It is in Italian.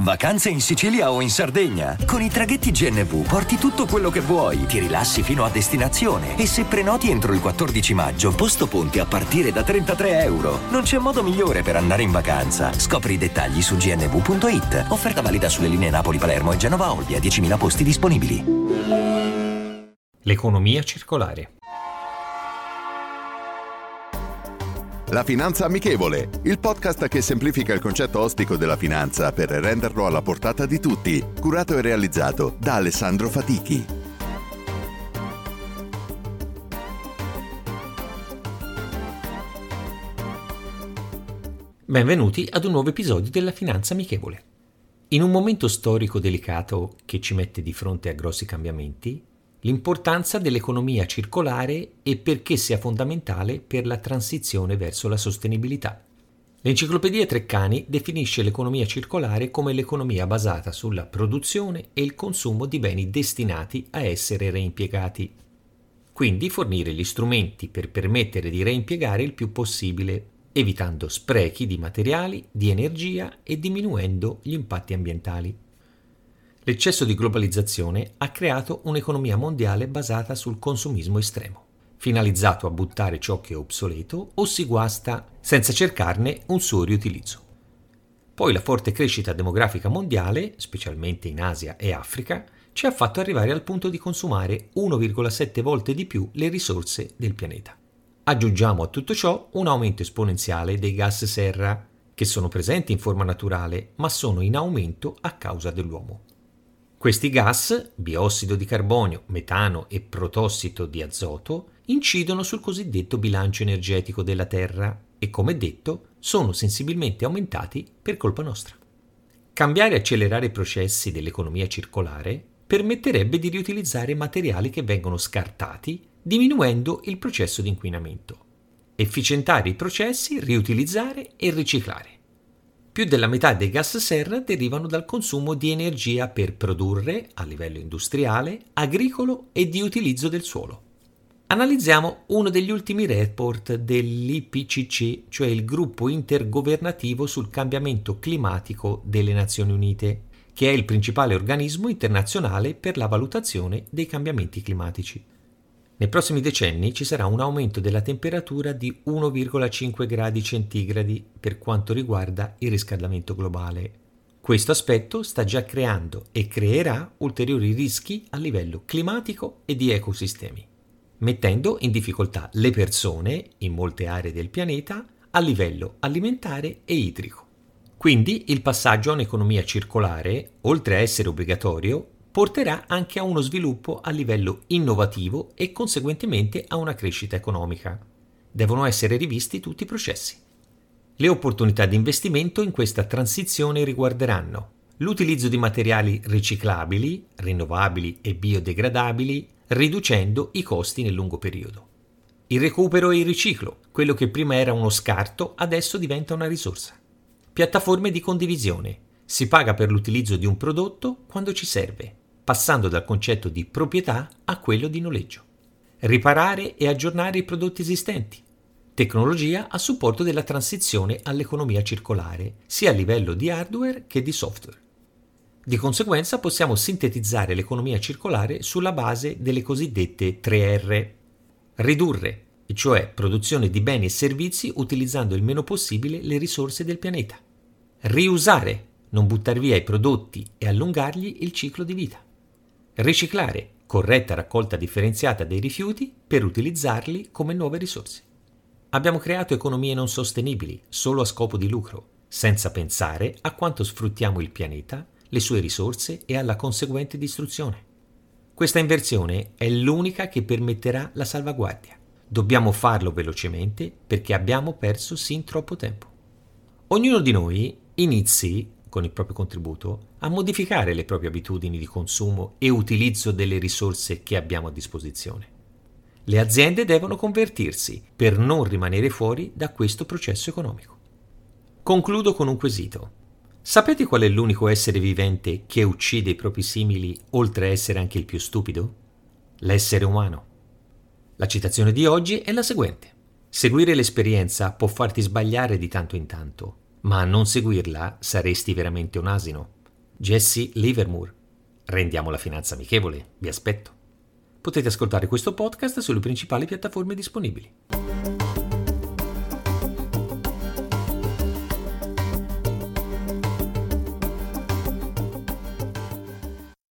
Vacanze in Sicilia o in Sardegna? Con i traghetti GNV porti tutto quello che vuoi, ti rilassi fino a destinazione e se prenoti entro il 14 maggio, posto ponti a partire da €33. Non c'è modo migliore per andare in vacanza. Scopri i dettagli su gnv.it. Offerta valida sulle linee Napoli-Palermo e Genova-Olbia, 10.000 posti disponibili. L'economia circolare. La Finanza Amichevole, il podcast che semplifica il concetto ostico della finanza per renderlo alla portata di tutti, curato e realizzato da Alessandro Fatichi. Benvenuti ad un nuovo episodio della Finanza Amichevole. In un momento storico delicato che ci mette di fronte a grossi cambiamenti, l'importanza dell'economia circolare e perché sia fondamentale per la transizione verso la sostenibilità. L'Enciclopedia Treccani definisce l'economia circolare come l'economia basata sulla produzione e il consumo di beni destinati a essere reimpiegati. Quindi fornire gli strumenti per permettere di reimpiegare il più possibile, evitando sprechi di materiali, di energia e diminuendo gli impatti ambientali. L'eccesso di globalizzazione ha creato un'economia mondiale basata sul consumismo estremo, finalizzato a buttare ciò che è obsoleto o si guasta senza cercarne un suo riutilizzo. Poi la forte crescita demografica mondiale, specialmente in Asia e Africa, ci ha fatto arrivare al punto di consumare 1,7 volte di più le risorse del pianeta. Aggiungiamo a tutto ciò un aumento esponenziale dei gas serra, che sono presenti in forma naturale, ma sono in aumento a causa dell'uomo. Questi gas, biossido di carbonio, metano e protossido di azoto, incidono sul cosiddetto bilancio energetico della Terra e, come detto, sono sensibilmente aumentati per colpa nostra. Cambiare e accelerare i processi dell'economia circolare permetterebbe di riutilizzare materiali che vengono scartati, diminuendo il processo di inquinamento. Efficientare i processi, riutilizzare e riciclare. Più della metà dei gas serra derivano dal consumo di energia per produrre, a livello industriale, agricolo e di utilizzo del suolo. Analizziamo uno degli ultimi report dell'IPCC, cioè il gruppo intergovernativo sul cambiamento climatico delle Nazioni Unite, che è il principale organismo internazionale per la valutazione dei cambiamenti climatici. Nei prossimi decenni ci sarà un aumento della temperatura di 1,5 gradi centigradi per quanto riguarda il riscaldamento globale. Questo aspetto sta già creando e creerà ulteriori rischi a livello climatico e di ecosistemi, mettendo in difficoltà le persone in molte aree del pianeta a livello alimentare e idrico. Quindi il passaggio a un'economia circolare, oltre a essere obbligatorio, porterà anche a uno sviluppo a livello innovativo e conseguentemente a una crescita economica. Devono essere rivisti tutti i processi. Le opportunità di investimento in questa transizione riguarderanno l'utilizzo di materiali riciclabili, rinnovabili e biodegradabili, riducendo i costi nel lungo periodo. Il recupero e il riciclo, quello che prima era uno scarto, adesso diventa una risorsa. Piattaforme di condivisione. Si paga per l'utilizzo di un prodotto quando ci serve, passando dal concetto di proprietà a quello di noleggio. Riparare e aggiornare i prodotti esistenti. Tecnologia a supporto della transizione all'economia circolare, sia a livello di hardware che di software. Di conseguenza possiamo sintetizzare l'economia circolare sulla base delle cosiddette 3R. Ridurre, e cioè produzione di beni e servizi utilizzando il meno possibile le risorse del pianeta. Riusare, non buttare via i prodotti e allungargli il ciclo di vita. Riciclare, corretta raccolta differenziata dei rifiuti per utilizzarli come nuove risorse. Abbiamo creato economie non sostenibili solo a scopo di lucro, senza pensare a quanto sfruttiamo il pianeta, le sue risorse e alla conseguente distruzione. Questa inversione è l'unica che permetterà la salvaguardia. Dobbiamo farlo velocemente perché abbiamo perso sin troppo tempo. Ognuno di noi inizi, con il proprio contributo, a modificare le proprie abitudini di consumo e utilizzo delle risorse che abbiamo a disposizione. Le aziende devono convertirsi per non rimanere fuori da questo processo economico. Concludo con un quesito. Sapete qual è l'unico essere vivente che uccide i propri simili, oltre a essere anche il più stupido? L'essere umano. La citazione di oggi è la seguente. Seguire l'esperienza può farti sbagliare di tanto in tanto, ma a non seguirla saresti veramente un asino. Jesse Livermore. Rendiamo la finanza amichevole. Vi aspetto. Potete ascoltare questo podcast sulle principali piattaforme disponibili.